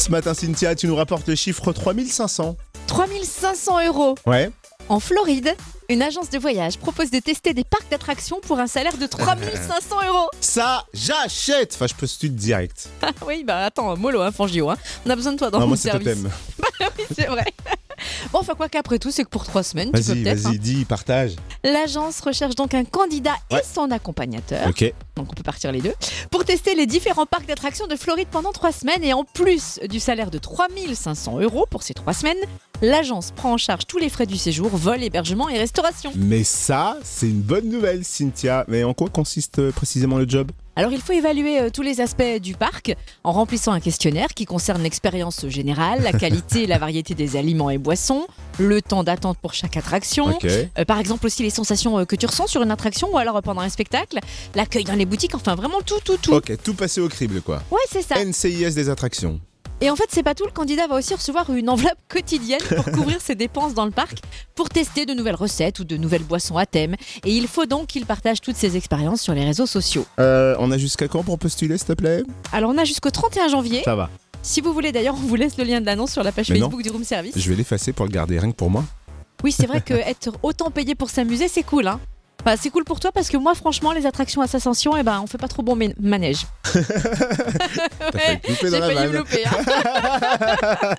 Ce matin, Cynthia, tu nous rapportes le chiffre 3500. 3500 €. Ouais. En Floride, une agence de voyage propose de tester des parcs d'attractions pour un salaire de 3500 €. Ça, j'achète. Enfin, je peux te direct. Ah oui, bah attends, mollo, hein, Fangio. Hein. On a besoin de toi dans Non, mon moi, c'est service. totem. Oui, c'est vrai. Bon, enfin, quoi qu'après tout, c'est que pour 3 semaines, tu peux Vas-y, peut-être. vas-y, dis, partage. L'agence recherche donc un candidat Ouais. et son accompagnateur. Ok. Donc on peut partir les deux, pour tester les différents parcs d'attractions de Floride pendant 3 semaines. Et en plus du salaire de 3500 € pour ces 3 semaines, l'agence prend en charge tous les frais du séjour, vol, hébergement et restauration. Mais ça, c'est une bonne nouvelle, Cynthia. Mais en quoi consiste précisément le job ? Alors il faut évaluer tous les aspects du parc en remplissant un questionnaire qui concerne l'expérience générale, la qualité et la variété des aliments et boissons, le temps d'attente pour chaque attraction, Ok. par exemple aussi les sensations que tu ressens sur une attraction ou alors pendant un spectacle, l'accueil dans les boutiques, enfin vraiment tout. Ok, tout passé au crible, quoi. Ouais, c'est ça. NCIS des attractions. Et en fait, c'est pas tout, le candidat va aussi recevoir une enveloppe quotidienne pour couvrir ses dépenses dans le parc, pour tester de nouvelles recettes ou de nouvelles boissons à thème. Et il faut donc qu'il partage toutes ses expériences sur les réseaux sociaux. On a jusqu'à quand pour postuler, s'il te plaît ? Alors on a jusqu'au 31 janvier. Ça va. Si vous voulez d'ailleurs, on vous laisse le lien de l'annonce sur la page Mais Facebook du Room Service. Je vais l'effacer pour le garder rien que pour moi. Oui, c'est vrai qu'être autant payé pour s'amuser, c'est cool, hein. Enfin, c'est cool pour toi parce que moi, franchement, les attractions à Ascension, on fait pas trop bon manège. T'as failli te louper dans J'ai la failli me vanne. louper. Hein.